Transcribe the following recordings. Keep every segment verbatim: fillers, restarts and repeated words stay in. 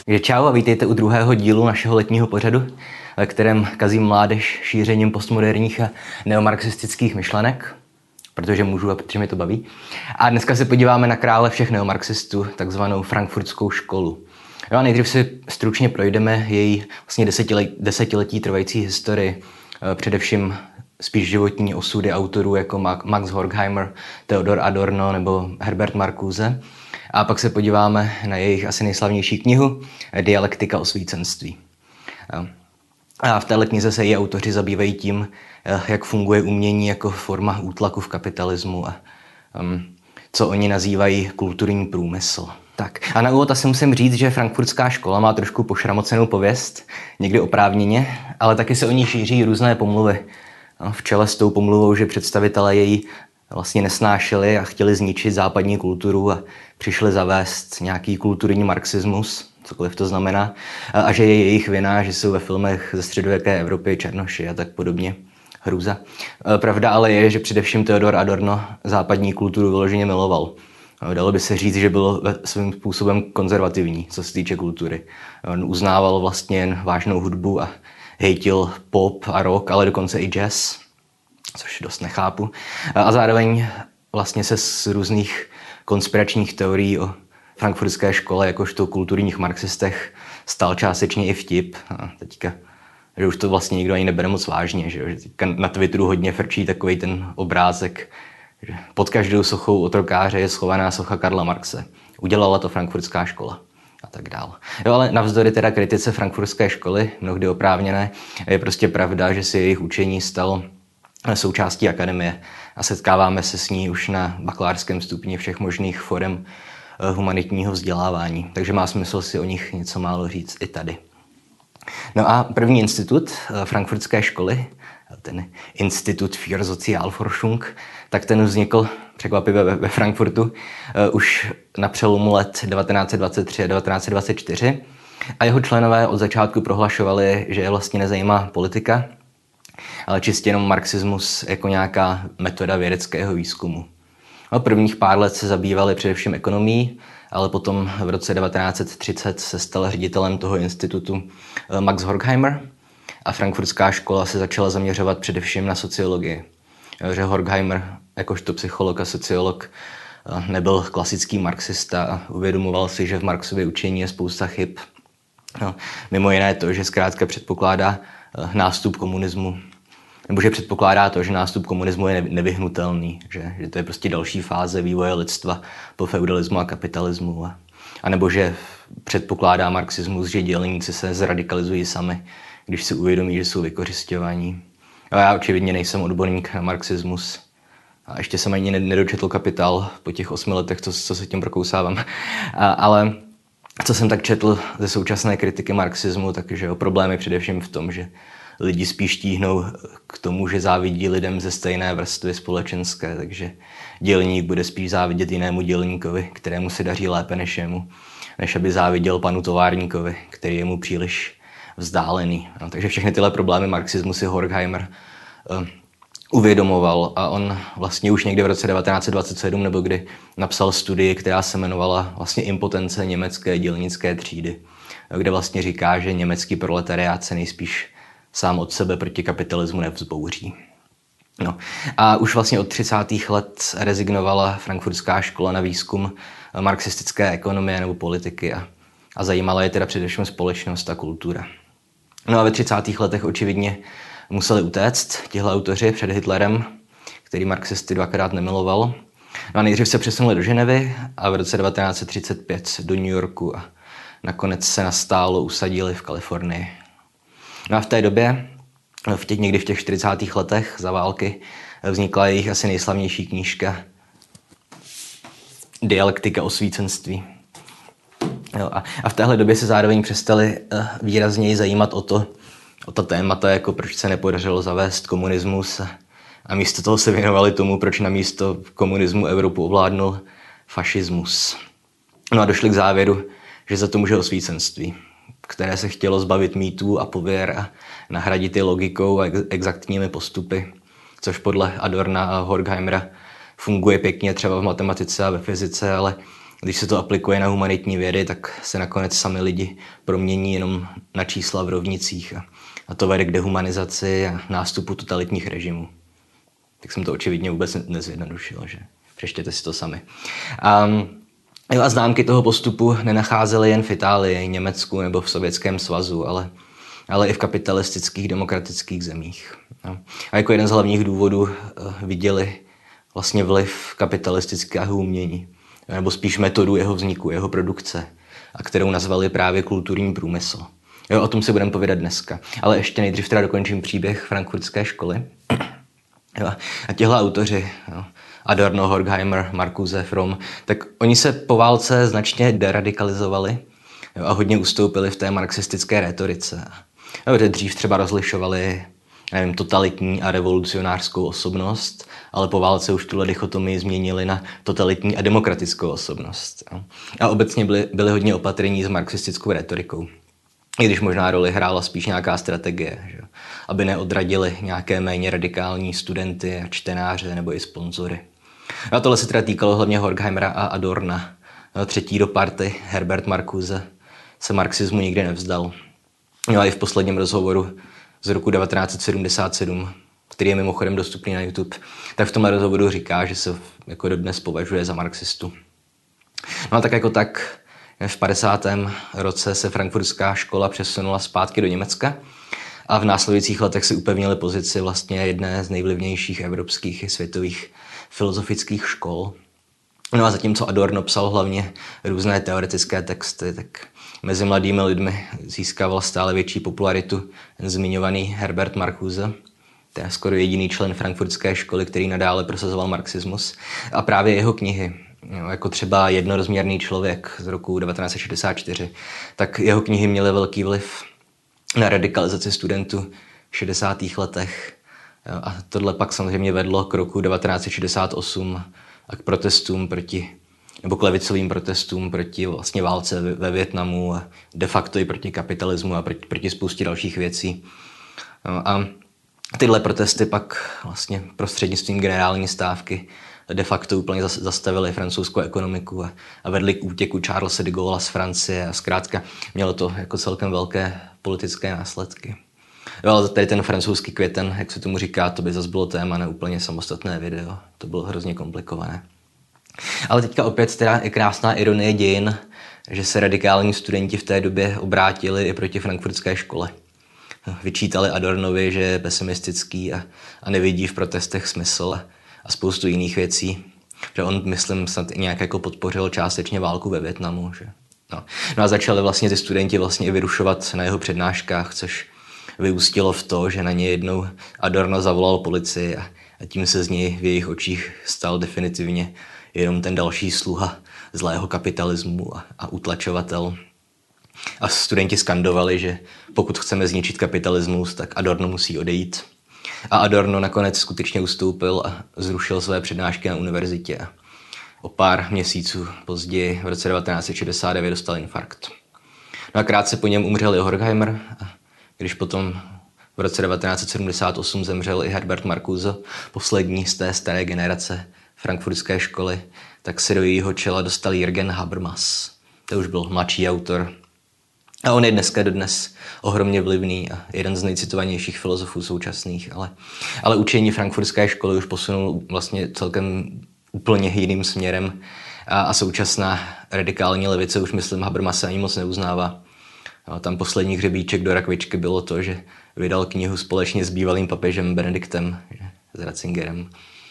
Čau a vítejte u druhého dílu našeho letního pořadu, ve kterém kazím mládež šířením postmoderních a neomarxistických myšlenek, protože můžu a protože mě to baví. A dneska se podíváme na krále všech neomarxistů, takzvanou frankfurtskou školu. Jo a nejdřív si stručně projdeme její vlastně desetiletí, desetiletí trvající historii, především spíš životní osudy autorů jako Max Horkheimer, Theodor Adorno nebo Herbert Marcuse. A pak se podíváme na jejich asi nejslavnější knihu Dialektika osvícenství. A v této knize se její autoři zabývají tím, jak funguje umění jako forma útlaku v kapitalismu a um, co oni nazývají kulturní průmysl. Tak a na úvod asi musím říct, že frankfurtská škola má trošku pošramocenou pověst, někdy oprávněně, ale taky se o ní šíří různé pomluvy. V čele s tou pomluvou, že představitelé její vlastně nesnášeli a chtěli zničit západní kulturu a přišli zavést nějaký kulturní marxismus, cokoliv to znamená, a že je jejich vina, že jsou ve filmech ze středověké Evropy černoši a tak podobně. Hrůza. Pravda ale je, že především Theodor Adorno západní kulturu vyloženě miloval. Dalo by se říct, že byl svým způsobem konzervativní, co se týče kultury. On uznával vlastně jen vážnou hudbu a hejtil pop a rock, ale dokonce i jazz, což dost nechápu. A zároveň vlastně se z různých konspiračních teorií o frankfurtské škole jakožto kulturních marxistech stal částečně i vtip. A teďka, že už to vlastně nikdo ani nebere moc vážně, že, že na Twitteru hodně frčí takovej ten obrázek, že pod každou sochou otrokáře je schovaná socha Karla Marxe. Udělala to frankfurtská škola. A tak dál. Jo, ale navzdory teda kritice frankfurtské školy, mnohdy oprávněné, je prostě pravda, že si jejich učení stalo součástí akademie a setkáváme se s ní už na bakalářském stupni všech možných forem humanitního vzdělávání. Takže má smysl si o nich něco málo říct i tady. No a první institut frankfurtské školy, ten Institut für Sozialforschung, tak ten vznikl překvapivě ve Frankfurtu uh, už na přelomu let devatenáct set dvacet tři a devatenáct set dvacet čtyři a jeho členové od začátku prohlašovali, že je vlastně nezajímá politika, ale čistě jenom marxismus jako nějaká metoda vědeckého výzkumu. No, prvních pár let se zabývali především ekonomií, ale potom v roce devatenáct set třicet se stal ředitelem toho institutu uh, Max Horkheimer a frankfurtská škola se začala zaměřovat především na sociologii. Že Horkheimer jakožto psycholog a sociolog nebyl klasický marxista a uvědomoval si, že v Marxově učení je spousta chyb. No, mimo jiné to, že zkrátka předpokládá nástup komunismu, nebo že předpokládá to, že nástup komunismu je nevyhnutelný, že, že to je prostě další fáze vývoje lidstva po feudalismu a kapitalismu. A, a nebo že předpokládá marxismus, že dělníci se zradikalizují sami, když si uvědomí, že jsou vykořisťovaní. A já očividně nejsem odborník na marxismus. A ještě jsem ani nedočetl Kapitál po těch osmi letech, co, co se tím prokousávám. A, ale co jsem tak četl ze současné kritiky marxismu, takže problém je především v tom, že lidi spíš tíhnou k tomu, že závidí lidem ze stejné vrstvy společenské, takže dělník bude spíš závidět jinému dělníkovi, kterému se daří lépe než jemu, než aby záviděl panu továrníkovi, který je mu příliš vzdálený. No, takže všechny tyhle problémy marxismu si Horkheimer uh, uvědomoval a on vlastně už někdy v roce devatenáct set dvacet sedm nebo kdy napsal studii, která se jmenovala vlastně Impotence německé dělnické třídy, kde vlastně říká, že německý proletariát se nejspíš sám od sebe proti kapitalismu nevzbouří. No. A už vlastně od třicátých let rezignovala frankfurtská škola na výzkum marxistické ekonomie nebo politiky a, a zajímala je teda především společnost a kultura. No a ve třicátých letech očividně museli utéct tihle autoři před Hitlerem, který marxisty dvakrát nemiloval. No a nejdřív se přesunuli do Ženevy a v roce devatenáct set třicet pět do New Yorku a nakonec se nastálo usadili v Kalifornii. No a v té době, v těch, někdy v těch čtyřicátých letech za války, vznikla jejich asi nejslavnější knížka Dialektika osvícenství. Jo, a, a v téhle době se zároveň přestali uh, výrazněji zajímat o to, o ta témata, jako proč se nepodařilo zavést komunismus a, a místo toho se věnovali tomu, proč na místo komunismu Evropu ovládnul fašismus. No a došli k závěru, že za to může osvícenství, které se chtělo zbavit mýtů a pověr a nahradit je logikou a ex- exaktními postupy, což podle Adorna a Horkheimera funguje pěkně třeba v matematice a ve fyzice, ale Když se to aplikuje na humanitní vědy, tak se nakonec sami lidi promění jenom na čísla v rovnicích a, a to vede k dehumanizaci a nástupu totalitních režimů. Tak jsem to očividně vůbec nezjednodušil, že? Přečtěte si to sami. Um, a známky toho postupu nenacházely jen v Itálii, Německu nebo v Sovětském svazu, ale, ale i v kapitalistických demokratických zemích. No. A jako jeden z hlavních důvodů uh, viděli vlastně vliv kapitalistického umění, nebo spíš metodu jeho vzniku, jeho produkce, a kterou nazvali právě kulturní průmysl. Jo, o tom si budeme povědat dneska. Ale ještě nejdřív teda dokončím příběh frankfurtské školy. Jo, a těhle autoři, jo, Adorno, Horkheimer, Marcuse, Fromm, tak oni se po válce značně deradikalizovali, jo, a hodně ustoupili v té marxistické rétorice. Jo, dřív třeba rozlišovali, nevím, totalitní a revolucionářskou osobnost, ale po válce už tuhle dichotomii změnili na totalitní a demokratickou osobnost. Jo. A obecně byli, byli hodně opatrní s marxistickou rétorikou. I když možná roli hrála spíš nějaká strategie, že? Aby neodradili nějaké méně radikální studenty a čtenáře nebo i sponzory. A tohle se teda týkalo hlavně Horkheimera a Adorna. Třetí do party, Herbert Marcuse, se marxismu nikdy nevzdal. No a i v posledním rozhovoru z roku devatenáct set sedmdesát sedm, který je mimochodem dostupný na YouTube, tak v tomhle rozhovoru říká, že se jako dodnes považuje za marxistu. No a tak jako tak v padesátém roce se frankfurtská škola přesunula zpátky do Německa a v následujících letech si upevnili pozici vlastně jedné z nejvlivnějších evropských i světových filozofických škol. No a zatímco Adorno psal hlavně různé teoretické texty, tak mezi mladými lidmi získával stále větší popularitu zmiňovaný Herbert Marcuse. To je skoro jediný člen frankfurtské školy, který nadále prosazoval marxismus. A právě jeho knihy, jako třeba Jednorozměrný člověk z roku devatenáct set šedesát čtyři, tak jeho knihy měly velký vliv na radikalizaci studentů v šedesátých letech. A tohle pak samozřejmě vedlo k roku devatenáct set šedesát osm a k protestům proti, nebo k levicovým protestům proti vlastně válce ve Vietnamu a de facto i proti kapitalismu a proti, proti spoustě dalších věcí. A tyhle protesty pak vlastně prostřednictvím generální stávky de facto úplně zastavili francouzskou ekonomiku a, a vedli k útěku Charlese de Gaulle z Francie a zkrátka mělo to jako celkem velké politické následky. Jo, ale tady ten francouzský květen, jak se tomu říká, to by zase bylo téma na úplně samostatné video. To bylo hrozně komplikované. Ale teďka opět teda je krásná ironie dějin, že se radikální studenti v té době obrátili i proti frankfurtské škole. Vyčítali Adornovi, že je pesimistický a, a nevidí v protestech smysl a, a spoustu jiných věcí. Že on, myslím, snad i nějak jako podpořil částečně válku ve Vietnamu. Že? No. no a začali vlastně ty studenti vlastně i vyrušovat na jeho přednáškách, což vyústilo v to, že na ně jednou Adorno zavolal policii a, a tím se z něj v jejich očích stal definitivně jenom ten další sluha zlého kapitalismu a, a utlačovatel. A studenti skandovali, že pokud chceme zničit kapitalismus, tak Adorno musí odejít. A Adorno nakonec skutečně ustoupil a zrušil své přednášky na univerzitě. A o pár měsíců později, v roce devatenáct set šedesát devět, dostal infarkt. No a krátce po něm umřel i Horkheimer, a když potom v roce devatenáct set sedmdesát osm zemřel i Herbert Marcuse, poslední z té staré generace frankfurtské školy, tak se do jejího čela dostal Jürgen Habermas. To už byl mladší autor. A on je dneska dodnes ohromně vlivný a jeden z nejcitovanějších filozofů současných, ale, ale učení frankfurtské školy už posunul vlastně celkem úplně jiným směrem a, a současná radikální levice už, myslím, Habermase ani moc neuznává. A tam poslední hřebíček do rakvičky bylo to, že vydal knihu společně s bývalým papežem Benediktem, s Ratzingerem.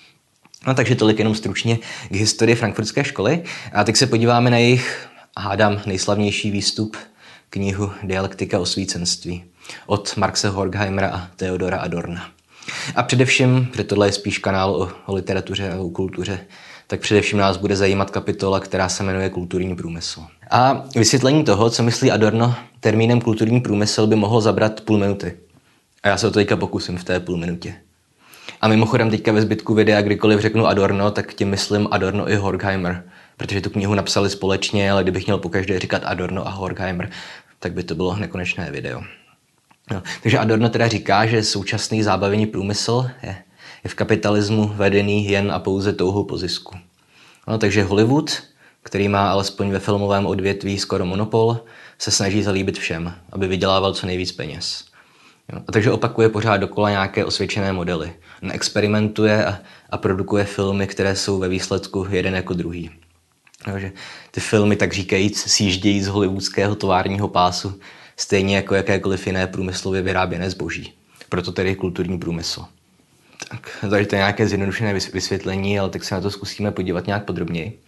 No takže tolik jenom stručně k historii frankfurtské školy. A teď se podíváme na jejich, hádám, nejslavnější výstup, knihu Dialektika osvícenství od Marxe Horkheimera a Theodora Adorna. A především, protože tohle je spíš kanál o, o literatuře a o kultuře, tak především nás bude zajímat kapitola, která se jmenuje Kulturní průmysl. A vysvětlení toho, co myslí Adorno termínem kulturní průmysl, by mohlo zabrat půl minuty. A já se o to teďka pokusím v té půl minutě. A mimochodem teďka ve zbytku videa, kdykoliv řeknu Adorno, tak tím myslím Adorno i Horkheimer, protože tu knihu napsali společně, ale kdybych měl pokaždé říkat Adorno a Horkheimer, tak by to bylo nekonečné video. No, takže Adorno teda říká, že současný zábavní průmysl je, je v kapitalismu vedený jen a pouze touhou po zisku. No, takže Hollywood který má alespoň ve filmovém odvětví skoro monopol, se snaží zalíbit všem, aby vydělával co nejvíc peněz. Jo? A takže opakuje pořád dokola nějaké osvědčené modely. Neexperimentuje a, a produkuje filmy, které jsou ve výsledku jeden jako druhý. Takže ty filmy, tak říkajíc, sjíždějí z hollywoodského továrního pásu, stejně jako jakékoliv jiné průmyslově vyráběné zboží. Proto tedy kulturní průmysl. Tak, takže to je nějaké zjednodušené vysvětlení, ale tak se na to zkusíme podívat nějak podrobněji.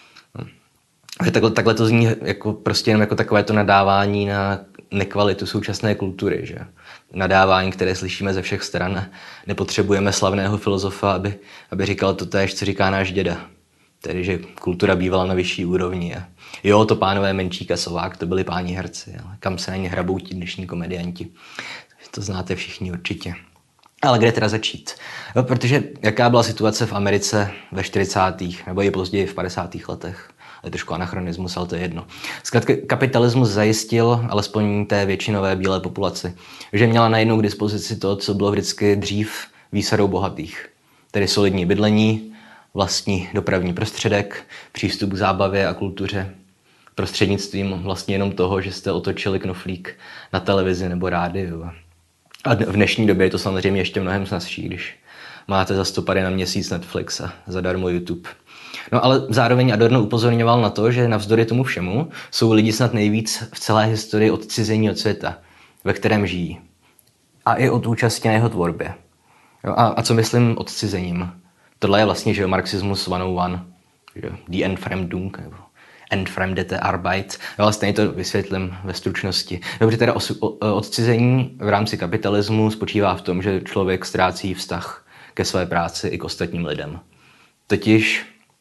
Takhle, takhle to zní jako prostě jenom jako takové to nadávání na nekvalitu současné kultury. Že? Nadávání, které slyšíme ze všech stran. Nepotřebujeme slavného filozofa, aby, aby říkal to též, co říká náš děda. Tedy, že kultura bývala na vyšší úrovni. A jo, to pánové Menčík a Sovák, to byli páni herci, ale kam se na ně hrabou ti dnešní komedianti. To znáte všichni určitě. Ale kde teda začít? Jo, protože jaká byla situace v Americe ve čtyřicátých nebo i později v padesátých letech? Je trošku anachronismus, ale to je jedno. Zkrátka kapitalismus zajistil alespoň té většinové bílé populaci, že měla najednou k dispozici to, co bylo vždycky dřív výsadou bohatých. Tedy solidní bydlení, vlastní dopravní prostředek, přístup k zábavě a kultuře, prostřednictvím vlastně jenom toho, že jste otočili knoflík na televizi nebo rádiu. A v dnešní době je to samozřejmě ještě mnohem snazší, když máte za sto pady na měsíc Netflix a zadarmo YouTube. No ale zároveň Adorno upozorňoval na to, že navzdory tomu všemu jsou lidi snad nejvíc v celé historii odcizení od světa, ve kterém žijí. A i od účasti na jeho tvorbě. Jo, a, a co myslím odcizením? Tohle je vlastně, že marxismus sto jedna, že die Entfremdung, nebo Entfremdete Arbeit, jo, ale stejně to vysvětlím ve stručnosti. Dobře, teda odcizení v rámci kapitalismu spočívá v tom, že člověk ztrácí vztah ke své práci i k ostatním lidem. Totiž,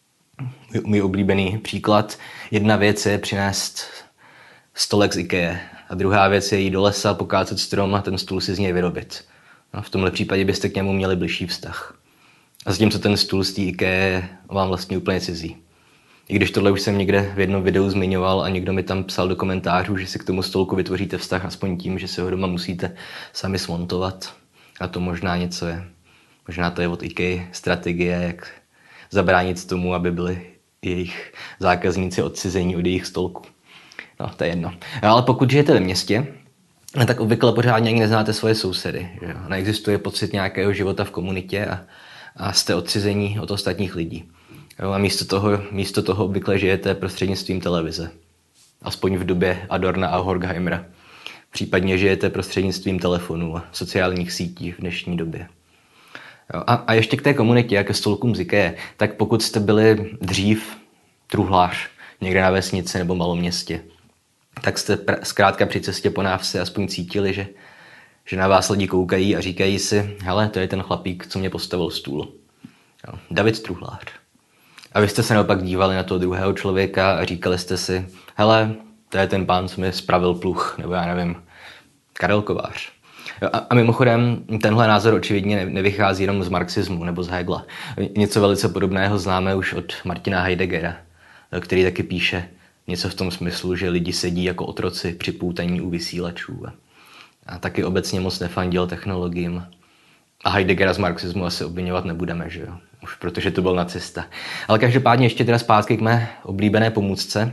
můj oblíbený příklad, jedna věc je přinést stolek z IKEA a druhá věc je jít do lesa, pokácet strom a ten stůl si z něj vyrobit. No, v tomhle případě byste k němu měli bližší vztah. A zatímco ten stůl z té IKEA je vám vlastně úplně cizí. I když tohle už jsem někde v jednom videu zmiňoval a někdo mi tam psal do komentářů, že si k tomu stolku vytvoříte vztah aspoň tím, že si ho doma musíte sami smontovat. A to možná něco je. Možná to je od IKEA strategie, jak zabránit tomu, aby byli jejich zákazníci odcizení od jejich stolku. No, to je jedno. Ale pokud žijete ve městě, tak obvykle pořádně ani neznáte svoje sousedy. Že? Neexistuje pocit nějakého života v komunitě a, a jste odcizení od ostatních lidí. Jo, a místo toho, místo toho obvykle žijete prostřednictvím televize. Aspoň v době Adorna a Horkheimera. Případně žijete prostřednictvím telefonů a sociálních sítí v dnešní době. Jo, a, a ještě k té komunitě, jak ke stolkům z IKEA, tak pokud jste byli dřív truhlář někde na vesnici nebo maloměstě, tak jste pr- zkrátka při cestě po návsi aspoň cítili, že, že na vás lidi koukají a říkají si, hele, to je ten chlapík, co mě postavil stůl. Jo, David Truhlář. A vy jste se naopak dívali na toho druhého člověka a říkali jste si, hele, to je ten pán, co mi spravil pluh, nebo já nevím, Karel Kovář. A, a mimochodem, tenhle názor očividně nevychází jenom z marxismu nebo z Hegela. Něco velice podobného známe už od Martina Heideggera, který taky píše něco v tom smyslu, že lidi sedí jako otroci při poutaní u vysílačů. A taky obecně moc nefandil technologiím. A Heideggera z marxismu asi obviňovat nebudeme, že jo? Už protože to byl nacista. Ale každopádně ještě teda zpátky k mé oblíbené pomůcce,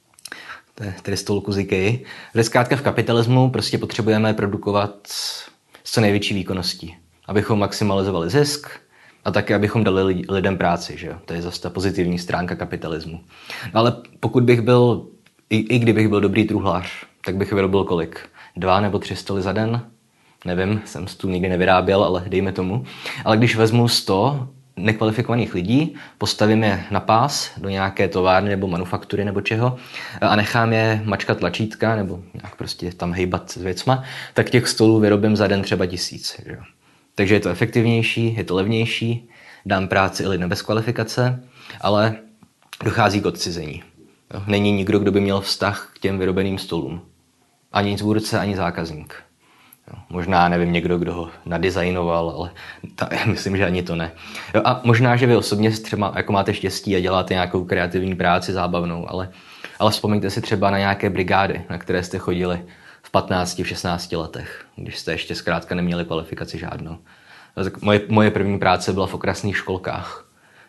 tedy stolku z IKEA. Kde zkrátka v kapitalismu prostě potřebujeme produkovat s co největší výkonností, abychom maximalizovali zisk a také, abychom dali lidem práci, že jo? To je zase ta pozitivní stránka kapitalismu. No ale pokud bych byl, i, i kdybych byl dobrý truhlář, tak bych vyrobil kolik? Dva nebo tři stoly za den? Nevím, jsem stůl nikdy nevyráběl, ale dejme tomu. Ale když vezmu sto nekvalifikovaných lidí, postavím je na pás do nějaké továrny nebo manufaktury nebo čeho a nechám je mačkat tlačítka nebo nějak prostě tam hejbat s věcma, tak těch stolů vyrobím za den třeba tisíc. Že? Takže je to efektivnější, je to levnější, dám práci i lidem bez kvalifikace, ale dochází k odcizení. Není nikdo, kdo by měl vztah k těm vyrobeným stolům. Ani tvůrce, ani zákazník. Možná, nevím, někdo, kdo ho nadizajnoval, ale ta, myslím, že ani to ne. Jo, a možná, že vy osobně třeba jako máte štěstí a děláte nějakou kreativní práci zábavnou, ale, ale vzpomeňte si třeba na nějaké brigády, na které jste chodili v patnácti, v šestnácti letech, když jste ještě zkrátka neměli kvalifikaci žádnou. Tak moje, moje první práce byla v okrasných školkách,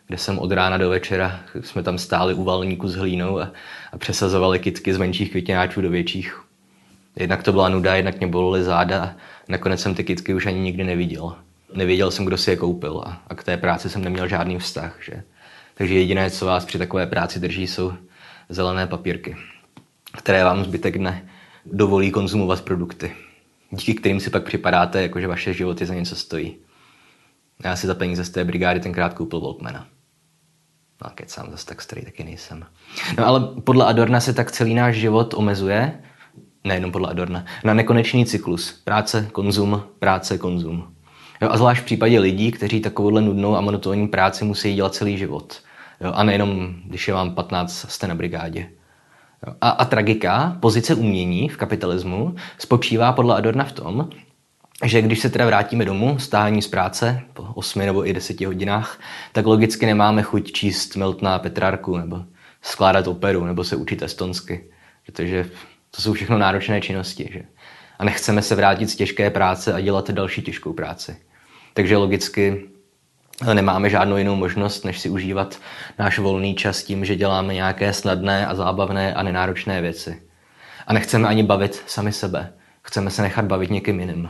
kde jsem od rána do večera, jsme tam stáli u valníku s hlínou a, a přesazovali kytky z menších květináčů do větších. Jednak to byla nuda, jednak mě bolely záda a nakonec jsem ty kytky už ani nikdy neviděl. Nevěděl jsem, kdo si je koupil a, a k té práci jsem neměl žádný vztah. Že? Takže jediné, co vás při takové práci drží, jsou zelené papírky, které vám zbytek dne dovolí konzumovat produkty, díky kterým si pak připadáte, jakože vaše životy za něco stojí. Já si za peníze z té brigády tenkrát koupil Walkmana. No, kecám, zase tak starý taky nejsem. No ale podle Adorna se tak celý náš život omezuje, nejenom podle Adorna, na nekonečný cyklus. Práce, konzum, práce, konzum. Jo, a zvlášť v případě lidí, kteří takovouhle nudnou a monotónní práci musí dělat celý život. Jo, a nejenom, když je vám patnáct, jste na brigádě. Jo, a, a tragika, pozice umění v kapitalismu spočívá podle Adorna v tom, že když se teda vrátíme domů, stání z práce po osmi nebo i deseti hodinách, tak logicky nemáme chuť číst Miltona a Petrarku, nebo skládat operu, nebo se učit estonsky. Protože to jsou všechno náročné činnosti. Že? A nechceme se vrátit z těžké práce a dělat další těžkou práci. Takže logicky nemáme žádnou jinou možnost, než si užívat náš volný čas tím, že děláme nějaké snadné a zábavné a nenáročné věci. A nechceme ani bavit sami sebe. Chceme se nechat bavit někým jiným.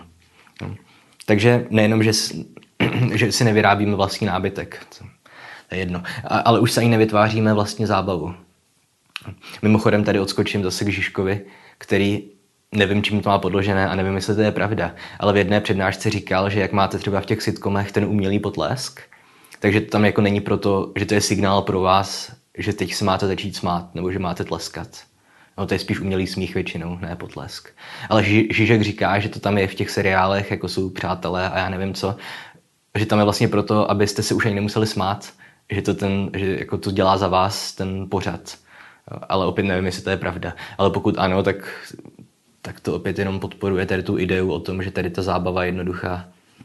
Takže nejenom, že, že si nevyrábíme vlastní nábytek, to je jedno, ale už se ani nevytváříme vlastně zábavu. Mimochodem tady odskočím zase k Žižkovi, který nevím, čím to má podložené a nevím, jestli to je pravda, ale v jedné přednášce říkal, že jak máte třeba v těch sitcomech ten umělý potlesk, takže to tam jako není proto, že to je signál pro vás, že teď se máte začít smát, nebo že máte tleskat. No, to je spíš umělý smích většinou, ne potlesk. Ale Žižek říká, že to tam je v těch seriálech, jako jsou Přátelé a já nevím co, že tam je vlastně proto, abyste se už ani nemuseli smát, že to, ten, že jako to dělá za vás ten pořad. Ale opět nevím, jestli to je pravda. Ale pokud ano, tak, tak to opět jenom podporuje tady tu ideu o tom, že tady ta zábava jednoduchá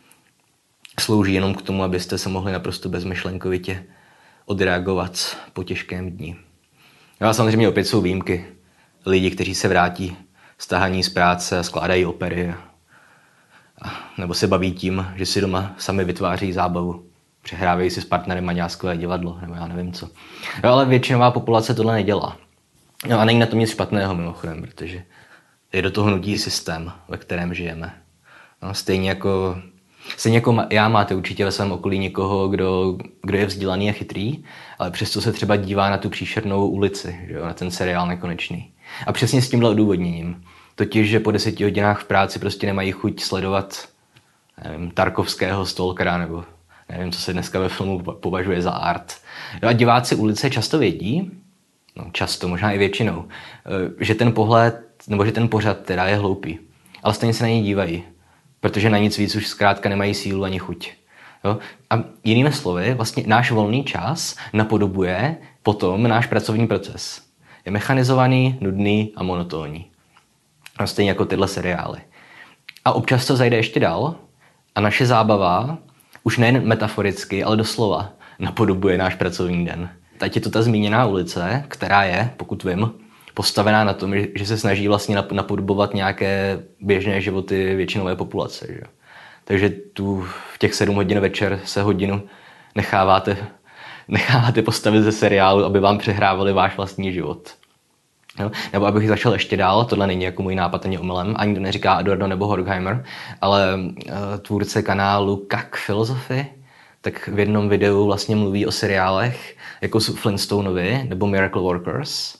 slouží jenom k tomu, abyste se mohli naprosto bezmyšlenkovitě odreagovat po těžkém dni. No a samozřejmě opět jsou výjimky. Lidi, kteří se vrátí z tahaní z práce a skládají opery. A, nebo se baví tím, že si doma sami vytváří zábavu. Přehrávají si s partnerem maďáskové divadlo, nebo já nevím co. No, ale většinová populace tohle nedělá. No a není na tom nic špatného mimochodem, protože je do toho nutí systém, ve kterém žijeme. No, stejně jako, stejně jako já máte určitě ve svém okolí někoho, kdo, kdo je vzdělaný a chytrý, ale přesto se třeba dívá na tu příšernou ulici, že jo, na ten seriál Nekonečný. A přesně s tímhle odůvodněním. Totiž, že po deseti hodinách v práci prostě nemají chuť sledovat nevím, Tarkovského stalkera, nebo nevím, co se dneska ve filmu považuje za art. No a diváci ulice často vědí, no často, možná i většinou, že ten pohled, nebo že ten pořad teda je hloupý. Ale stejně se na něj dívají, protože na nic víc už zkrátka nemají sílu ani chuť. Jo? A jinými slovy, vlastně náš volný čas napodobuje potom náš pracovní proces. Je mechanizovaný, nudný a monotónní. A stejně jako tyhle seriály. A občas to zajde ještě dál a naše zábava už nejen metaforicky, ale doslova napodobuje náš pracovní den. Teď je to ta zmíněná ulice, která je, pokud vím, postavená na tom, že se snaží vlastně napodobovat nějaké běžné životy většinové populace. Že? Takže tu v těch sedm hodin večer se hodinu necháváte, necháváte postavit ze seriálu, aby vám přehrávali váš vlastní život. Jo? Nebo abych začal ještě dál, tohle není jako můj nápad ani omylem, ani to neříká Adorno nebo Horkheimer, ale uh, tvůrce kanálu Kak Filozofy, tak v jednom videu vlastně mluví o seriálech, jako jsou Flintstonovi nebo Miracle Workers.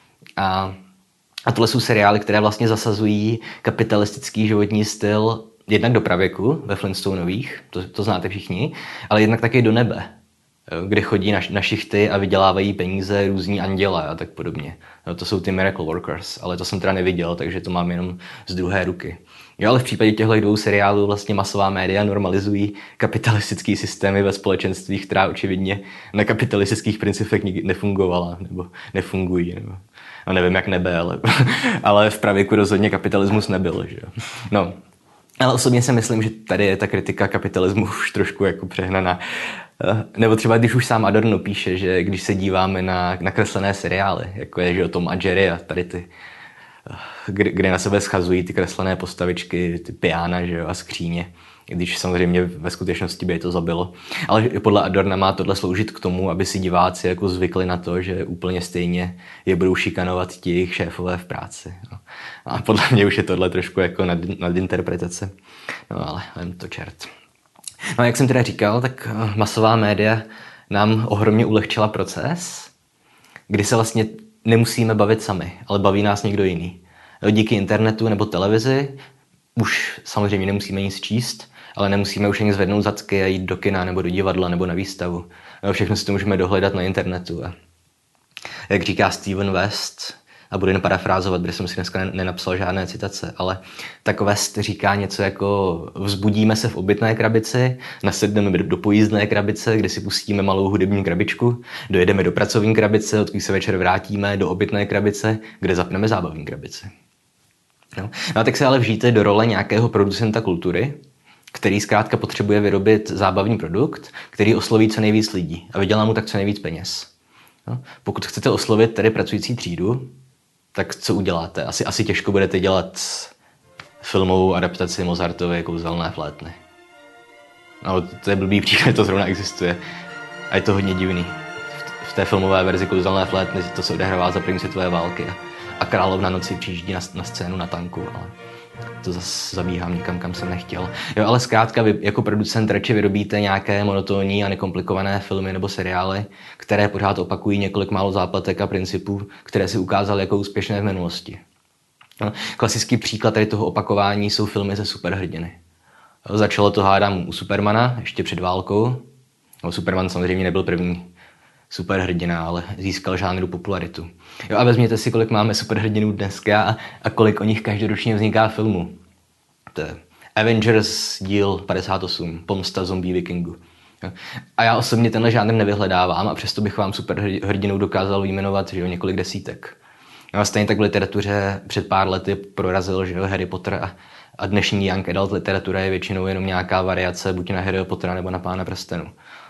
A, a tohle jsou seriály, které vlastně zasazují kapitalistický životní styl jednak do pravěku ve Flintstonových, to, to znáte všichni, ale jednak taky do nebe, kde chodí na, na šichty a vydělávají peníze různí anděle a tak podobně. No, to jsou ty Miracle Workers, ale to jsem teda neviděl, takže to mám jenom z druhé ruky. Jo, ale v případě těchto dvou seriálů vlastně masová média normalizují kapitalistický systémy ve společenství, která očividně na kapitalistických principech nikdy nefungovala, nebo nefungují. Nebo, no nevím, jak nebe, ale, ale v pravěku rozhodně kapitalismus nebyl. Že jo? No. Ale osobně si myslím, že tady je ta kritika kapitalismu už trošku jako přehnaná. Nebo třeba když už sám Adorno píše, že když se díváme na nakreslené seriály, jako je že Tom a Jerry a tady ty, kde, kde na sebe schazují ty kreslené postavičky, ty piana že jo, a skříně, když samozřejmě ve skutečnosti by je to zabilo. Ale podle Adorna má tohle sloužit k tomu, aby si diváci jako zvykli na to, že úplně stejně je budou šikanovat ti jejich šéfové v práci. No. A podle mě už je tohle trošku jako nad, nadinterpretace. No ale vem to čert. No a jak jsem teda říkal, tak masová média nám ohromně ulehčila proces, kdy se vlastně nemusíme bavit sami, ale baví nás někdo jiný. Díky internetu nebo televizi už samozřejmě nemusíme nic číst, ale nemusíme už ani zvednout zacky a jít do kina nebo do divadla nebo na výstavu. Všechno si to můžeme dohledat na internetu. A jak říká Steven West, a budu jen parafrázovat, protože jsem si dneska nenapsal žádné citace, ale tak West říká něco jako vzbudíme se v obytné krabici, nasedneme do pojízdné krabice, kde si pustíme malou hudební krabičku, dojedeme do pracovní krabice, odkud se večer vrátíme do obytné krabice, kde zapneme zábavní krabici. No. no a tak se ale vžijte do role nějakého producenta kultury, který zkrátka potřebuje vyrobit zábavní produkt, který osloví co nejvíc lidí a vydělá mu tak co nejvíc peněz. No. Pokud chcete oslovit tedy pracující třídu, tak co uděláte? Asi, asi těžko budete dělat filmovou adaptaci Mozartovy Kouzelné flétny. No, to je blbý příklad, to zrovna existuje. A je to hodně divný. V té filmové verzi Kouzelné flétny to se odehrává za první světové války. A královna noci přijíždí na, na scénu na tanku. Ale to zase zabíhám někam, kam jsem nechtěl. Jo, ale zkrátka vy jako producent radši vyrobíte nějaké monotónní a nekomplikované filmy nebo seriály, které pořád opakují několik málo zápletek a principů, které si ukázaly jako úspěšné v minulosti. No, klasický příklad tady toho opakování jsou filmy ze superhrdiny. Jo, začalo to hádám u Supermana, ještě před válkou. No, Superman samozřejmě nebyl první superhrdina, ale získal žánru popularitu. Jo, a vezměte si, kolik máme superhrdinů dneska a, a kolik o nich každoročně vzniká filmů. To je Avengers díl padesát osm, Pomsta zombie vikingů. Jo. A já osobně tenhle žánr nevyhledávám a přesto bych vám superhrdinou dokázal vyjmenovat, že jo, několik desítek. Jo, a stejně tak v literatuře před pár lety prorazil, že jo, Harry Potter a, a dnešní young adult literatura je většinou jenom nějaká variace buď na Harryho Pottera nebo na Pána prstenů.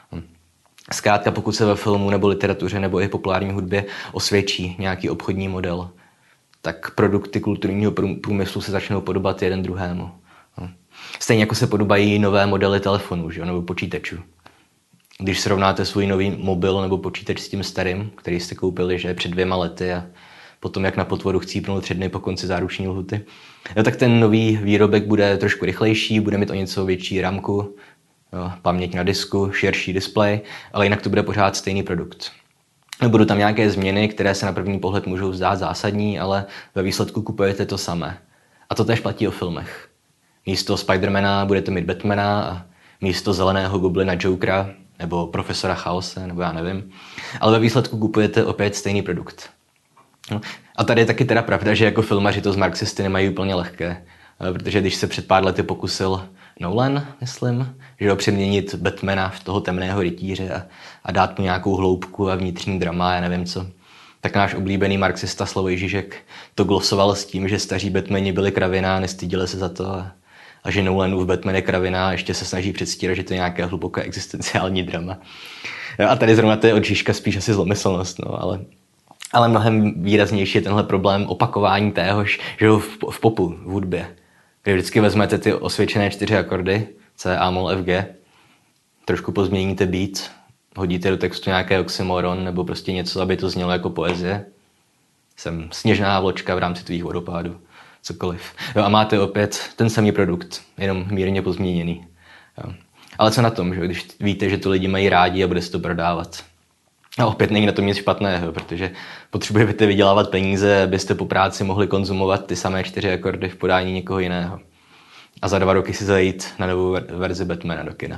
Zkrátka, pokud se ve filmu nebo literatuře nebo i populární hudbě osvědčí nějaký obchodní model, tak produkty kulturního průmyslu se začnou podobat jeden druhému. Stejně jako se podobají nové modely telefonů, že jo, nebo počítačů. Když srovnáte svůj nový mobil nebo počítač s tím starým, který jste koupili že před dvěma lety a potom jak na potvoru chcípnul tři dny po konci záruční lhuty, no, tak ten nový výrobek bude trošku rychlejší, bude mít o něco větší ramku, jo, paměť na disku, širší displej, ale jinak to bude pořád stejný produkt. Budou tam nějaké změny, které se na první pohled můžou zdát zásadní, ale ve výsledku kupujete to samé. A to též platí o filmech. Místo Spidermana budete mít Batmana a místo zeleného goblina Jokera nebo profesora Chaose, nebo já nevím. Ale ve výsledku kupujete opět stejný produkt. No. A tady je taky teda pravda, že jako filmaři to z marxisty nemají úplně lehké. Protože když se před pár lety pokusil Nolan, myslím, že ho přeměnit Batmana v toho temného rytíře a, a dát mu nějakou hloubku a vnitřní drama, já nevím co, tak náš oblíbený marxista Slavoj Žižek to glosoval s tím, že staří Batmani byli kravina a nestydili se za to a, a že Nolanův Batman je kravina a ještě se snaží předstírat, že to je nějaké hluboké existenciální drama. A tady zrovna to je od Žižka spíš asi zlomyslnost, no, ale, ale mnohem výraznější je tenhle problém opakování téhož, že v, v popu, v hudbě. Když vždycky vezmete ty osvědčené čtyři akordy, C, A, mol, F, G, trošku pozměníte beat, hodíte do textu nějaké oxymoron nebo prostě něco, aby to znělo jako poezie. Jsem sněžná vločka v rámci tvých vodopádů, cokoliv. Jo, a máte opět ten samý produkt, jenom mírně pozměněný. Jo. Ale co na tom, že? Když víte, že to lidi mají rádi a bude se to prodávat. A opět není na tom nic špatného, protože potřebujete vydělávat peníze, abyste po práci mohli konzumovat ty samé čtyři akordy v podání někoho jiného. A za dva roky si zajít na novou verzi Batmana do kina.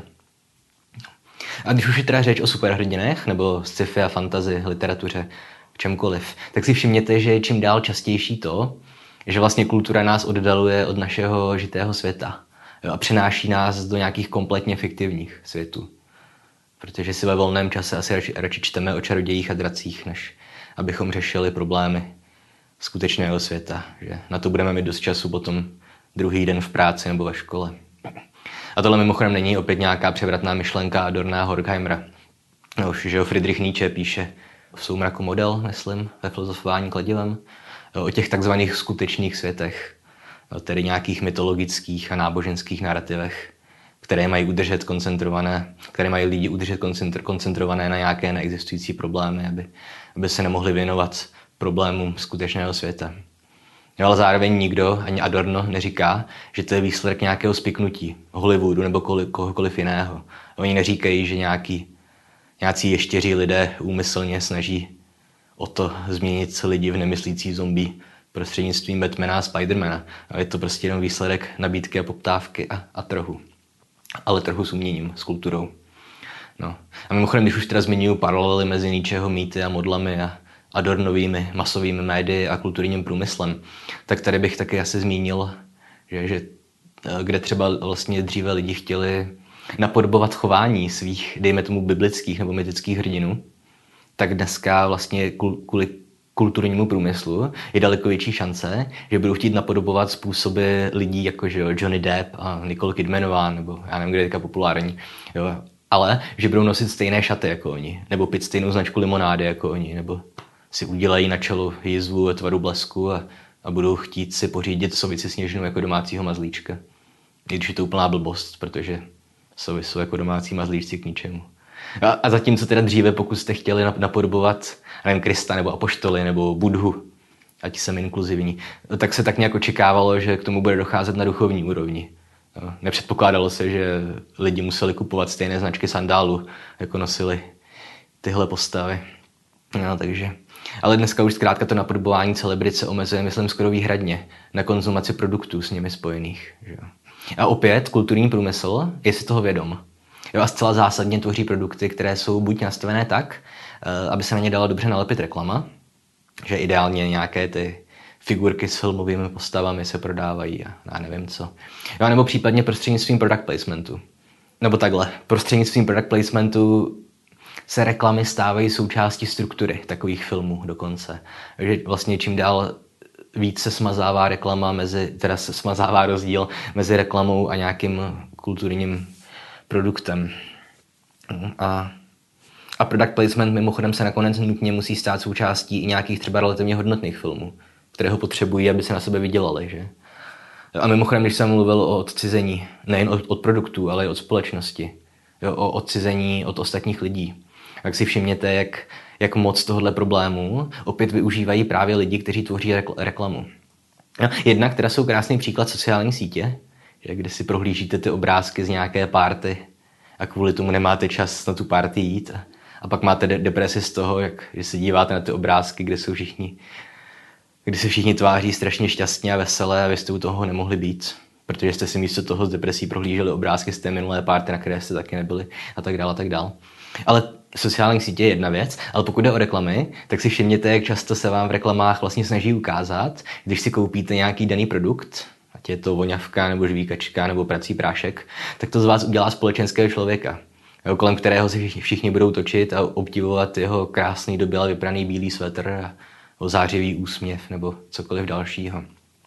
A když už je teda řeč o superhrdinech, nebo sci-fi a fantasy, literatuře, v čemkoliv, tak si všimněte, že je čím dál častější to, že vlastně kultura nás oddaluje od našeho žitého světa. Jo, a přenáší nás do nějakých kompletně fiktivních světů. Protože si ve volném čase asi radši, radši čteme o čarodějích a dracích, než abychom řešili problémy skutečného světa. Že na to budeme mít dost času potom druhý den v práci nebo ve škole. A tohle mimochodem není opět nějaká převratná myšlenka Adorna a Horkheimera. No, že Friedrich Nietzsche píše v Soumraku model, myslím, ve filozofování kladivem, o těch takzvaných skutečných světech, tedy nějakých mytologických a náboženských narrativech, které mají udržet koncentrované, které mají lidi udržet koncentr, koncentrované na nějaké neexistující problémy, aby, aby se nemohli věnovat problémům skutečného světa. No, ale zároveň nikdo, ani Adorno, neříká, že to je výsledek nějakého spiknutí Hollywoodu nebo kohokoliv jiného. Oni neříkají, že nějaký, nějací ještěří lidé úmyslně snaží o to změnit lidi v nemyslící zombie prostřednictvím Batmana a Spidermana. A je to prostě jenom výsledek nabídky a poptávky a, a trhu. Ale trhu s uměním, s kulturou. No. A mimochodem, když už teda zmiňuji paralely mezi Nietzscheho mýty a modlami a Adornovými masovými médii a kulturním průmyslem, tak tady bych taky asi zmínil, že, že kde třeba vlastně dříve lidi chtěli napodobovat chování svých, dejme tomu, biblických nebo mytických hrdinů, tak dneska vlastně kvůli kulturnímu průmyslu je daleko větší šance, že budou chtít napodobovat způsoby lidí jako že jo, Johnny Depp a Nicole Kidmanová, nebo já nevím, kde je teďka populární, jo, ale že budou nosit stejné šaty jako oni, nebo pít stejnou značku limonády jako oni, nebo si udělají na čelo jizvu tvaru blesku a, a budou chtít si pořídit sovici sněžnou jako domácího mazlíčka. I když je to úplná blbost, protože sovy jsou jako domácí mazlíčci k ničemu. A, a zatímco teda dříve, pokud jste chtěli napodobovat, nevím, Krista nebo apoštoly nebo Budhu, ať jsem inkluzivní, tak se tak nějak očekávalo, že k tomu bude docházet na duchovní úrovni. Nepředpokládalo se, že lidi museli kupovat stejné značky sandálu, jako nosili tyhle postavy. No, takže. Ale dneska už zkrátka to napodobování celebrit se omezuje, myslím, skoro výhradně na konzumaci produktů s nimi spojených. Že? A opět kulturní průmysl je si toho vědom. Jo, a zcela zásadně tvoří produkty, které jsou buď nastavené tak, aby se na ně dala dobře nalepit reklama, že ideálně nějaké ty figurky s filmovými postavami se prodávají a já nevím co. Jo, nebo případně prostřednictvím product placementu. Nebo takhle, prostřednictvím product placementu se reklamy stávají součástí struktury takových filmů dokonce. Takže vlastně čím dál víc se smazává reklama mezi, teda se smazává rozdíl mezi reklamou a nějakým kulturním produktem. A, a product placement mimochodem se nakonec nutně musí stát součástí i nějakých třeba relativně hodnotných filmů, které ho potřebují, aby se na sebe vydělali, že? A mimochodem, když jsem mluvil o odcizení, nejen od, od produktů, ale i od společnosti, jo, o odcizení od ostatních lidí, tak si všimněte, jak, jak moc tohohle problému opět využívají právě lidi, kteří tvoří rekl- reklamu. No, jednak teda jsou krásný příklad sociální sítě, že kde si prohlížíte ty obrázky z nějaké party a kvůli tomu nemáte čas na tu party jít a, a pak máte de- depresi z toho, jak, že se díváte na ty obrázky, kde jsou všichni, kdy se všichni tváří strašně šťastně a veselé a vy jste u toho nemohli být, protože jste si místo toho z depresí prohlíželi obrázky z té minulé party, na které jste taky nebyli a tak dále a tak dále. Ale sociální sítě je jedna věc, ale pokud jde o reklamy, tak si všimněte, jak často se vám v reklamách vlastně snaží ukázat, když si koupíte nějaký daný produkt, ať je to voňavka, nebo žvíkačka, nebo prací prášek, tak to z vás udělá společenského člověka, kolem kterého si všichni budou točit a obdivovat jeho krásný doběle vypraný bílý svetr a zářivý úsměv nebo cokoliv dalšího.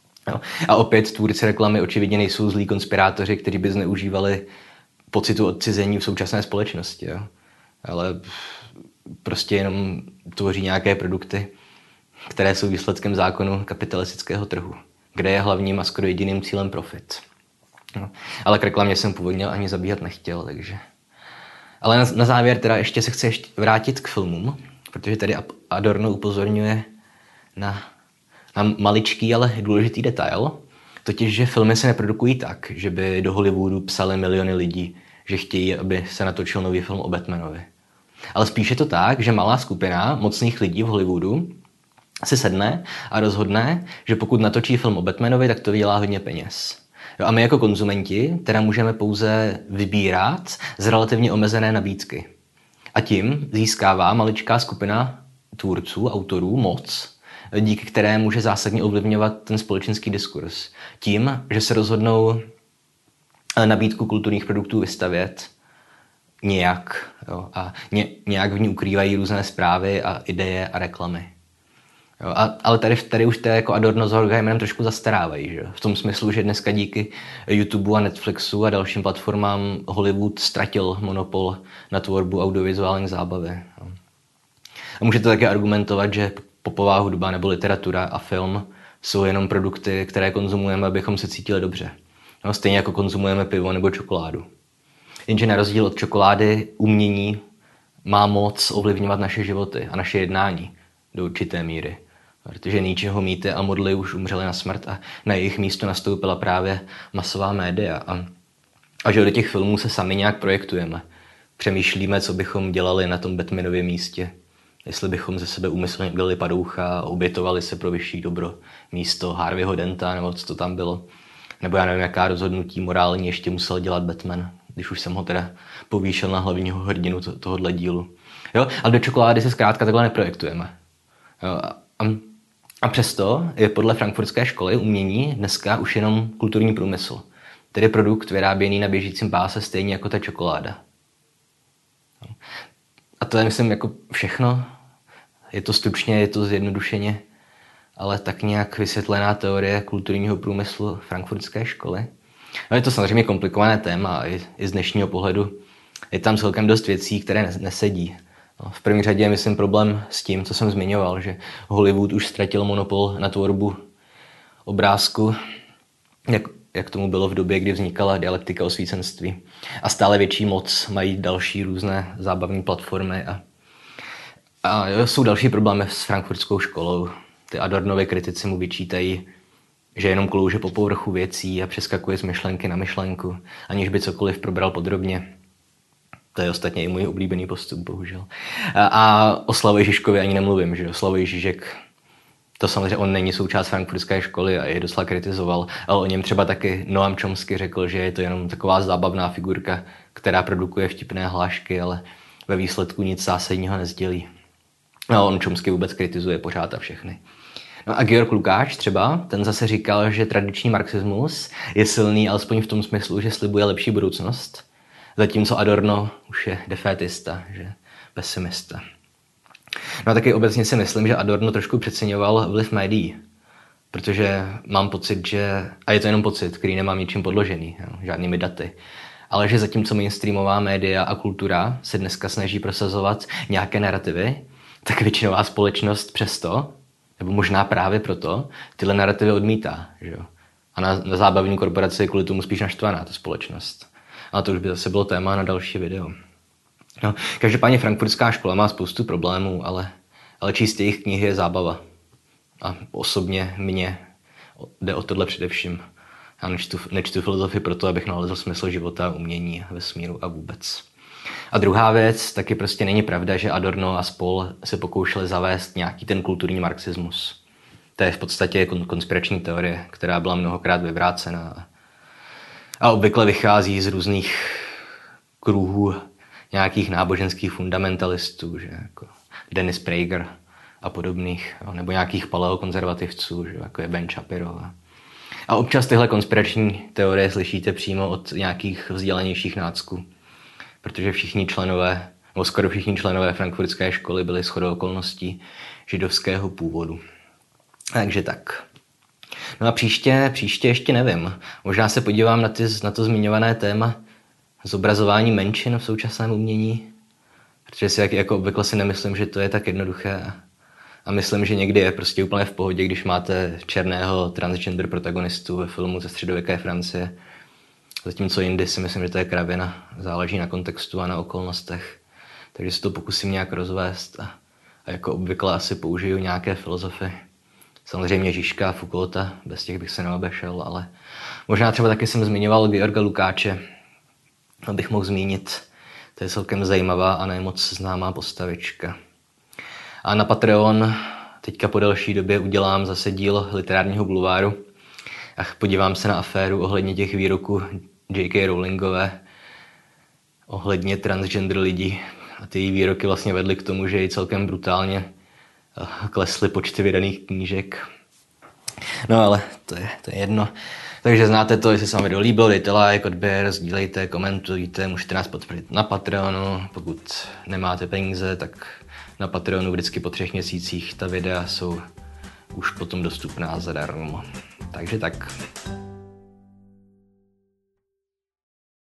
A opět tvůrci reklamy očividně nejsou zlí konspirátoři, kteří by zneužívali pocitu odcizení v současné společnosti. Jo? Ale prostě jenom tvoří nějaké produkty, které jsou výsledkem zákonu kapitalistického trhu, kde je hlavním a skoro jediným cílem profit. No. Ale k reklamě jsem původně ani zabíhat nechtěl, takže... Ale na, na závěr teda ještě se chci ještě vrátit k filmům, protože tady Adorno upozorňuje na, na maličký, ale důležitý detail, totiž, že filmy se neprodukují tak, že by do Hollywoodu psali miliony lidí, že chtějí, aby se natočil nový film o Batmanovi. Ale spíše to tak, že malá skupina mocných lidí v Hollywoodu si sedne a rozhodne, že pokud natočí film o Batmanovi, tak to vydělá hodně peněz. Jo, a my jako konzumenti teda můžeme pouze vybírat z relativně omezené nabídky. A tím získává maličká skupina tvůrců, autorů moc, díky které může zásadně ovlivňovat ten společenský diskurs. Tím, že se rozhodnou nabídku kulturních produktů vystavět nějak jo, a ně, nějak v ní ukrývají různé zprávy a ideje a reklamy. Jo, a, ale tady, tady už to jako Adorno s Horkheimerem trošku zastarávají. Že? V tom smyslu, že dneska díky YouTube a Netflixu a dalším platformám Hollywood ztratil monopol na tvorbu audiovizuální zábavy. Jo. A můžete také argumentovat, že popová hudba nebo literatura a film jsou jenom produkty, které konzumujeme, abychom se cítili dobře. No, stejně jako konzumujeme pivo nebo čokoládu. Jenže na rozdíl od čokolády umění má moc ovlivňovat naše životy a naše jednání do určité míry. Protože Nietzscheho mýty a modly už umřeli na smrt a na jejich místo nastoupila právě masová média. A, a že do těch filmů se sami nějak projektujeme. Přemýšlíme, co bychom dělali na tom Batmanově místě. Jestli bychom ze sebe úmyslně udělali padoucha a obětovali se pro vyšší dobro místo Harveyho Denta, nebo co to tam bylo. Nebo já nevím, jaká rozhodnutí morální ještě musel dělat Batman, když už jsem ho teda povýšil na hlavního hrdinu to, tohohle dílu. Jo? Ale do čokolády se zkrátka takhle neprojektujeme. Jo? A, a přesto je podle frankfurtské školy umění dneska už jenom kulturní průmysl. Tedy produkt vyráběný na běžícím páse stejně jako ta čokoláda. A to je, myslím, jako všechno. Je to stručně, je to zjednodušeně, ale tak nějak vysvětlená teorie kulturního průmyslu frankfurtské školy. No je to samozřejmě komplikované téma i, i z dnešního pohledu. Je tam celkem dost věcí, které nesedí. No, v první řadě je, myslím, problém s tím, co jsem zmiňoval, že Hollywood už ztratil monopol na tvorbu obrázku, jak, jak tomu bylo v době, kdy vznikala dialektika osvícenství. A stále větší moc mají další různé zábavní platformy. A, a jsou další problémy s frankfurtskou školou. Ty Adornovy kritici mu vyčítají, že jenom klouže po povrchu věcí a přeskakuje z myšlenky na myšlenku, aniž by cokoliv probral podrobně. To je ostatně i můj oblíbený postup, bohužel. A, a o Slavoj Žižkovi ani nemluvím, že jo. Slavoj Žižek, to samozřejmě on není součást frankfurtské školy a je docela kritizoval, ale o něm třeba taky Noam Chomsky řekl, že je to jenom taková zábavná figurka, která produkuje vtipné hlášky, ale ve výsledku nic zásadního nezdělí. No, on Chomsky vůbec kritizuje pořád a všechny. No a Georg Lukács třeba, ten zase říkal, že tradiční marxismus je silný alespoň v tom smyslu, že slibuje lepší budoucnost, zatímco Adorno už je defétista, že pesimista. No a taky obecně si myslím, že Adorno trošku přeceňoval vliv médií, protože mám pocit, že, a je to jenom pocit, který nemám ničím podložený, jo, žádnými daty, ale že zatímco mainstreamová média a kultura se dneska snaží prosazovat nějaké narrativy, tak většinová společnost přesto, nebo možná právě proto, tyhle narrativy odmítá. Že jo? A na, na zábavní korporaci je kvůli tomu spíš naštvaná ta společnost. A to už by zase bylo téma na další video. No, každopádně frankfurtská škola má spoustu problémů, ale, ale číst jejich knihy je zábava. A osobně mně jde o tohle především. Já nečtu, nečtu filozofii proto, abych nalezl smysl života, umění, vesmíru a vůbec. A druhá věc, taky prostě není pravda, že Adorno a spol se pokoušeli zavést nějaký ten kulturní marxismus. To je v podstatě konspirační teorie, která byla mnohokrát vyvrácená. A obvykle vychází z různých kruhů nějakých náboženských fundamentalistů, že jako Dennis Prager a podobných, nebo nějakých paleokonzervativců, že jako je Ben Shapiro. A občas tyhle konspirační teorie slyšíte přímo od nějakých vzdělanějších nácků. Protože všichni členové, nebo skoro všichni členové frankfurtské školy byli shodou okolností židovského původu. Takže tak. No a příště, příště ještě nevím. Možná se podívám na, ty, na to zmiňované téma zobrazování menšin v současném umění, protože si jak, jako obvykle si nemyslím, že to je tak jednoduché. A myslím, že někdy je prostě úplně v pohodě, když máte černého transgender protagonistu ve filmu ze středověké Francie. Zatímco jindy si myslím, že to je kravina. Záleží na kontextu a na okolnostech. Takže si to pokusím nějak rozvést a, a jako obvykle asi použiju nějaké filozofy. Samozřejmě Žižka a Foucaulta, bez těch bych se neobešel, ale možná třeba taky jsem zmiňoval Georga Lukáče, abych mohl zmínit. To je celkem zajímavá a ne moc známá postavička. A na Patreon teďka po delší době udělám zase díl literárního bulváru a podívám se na aféru ohledně těch výroků J K Rowlingové ohledně transgender lidí. A ty její výroky vlastně vedly k tomu, že jí celkem brutálně klesly počty vydaných knížek. No ale to je, to je jedno. Takže znáte to, jestli se vám video líbilo, dejte like, odběr, sdílejte, komentujte, můžete nás podpořit na Patreonu. Pokud nemáte peníze, tak na Patreonu vždycky po třech měsících ta videa jsou už potom dostupná zadarmo. Takže tak.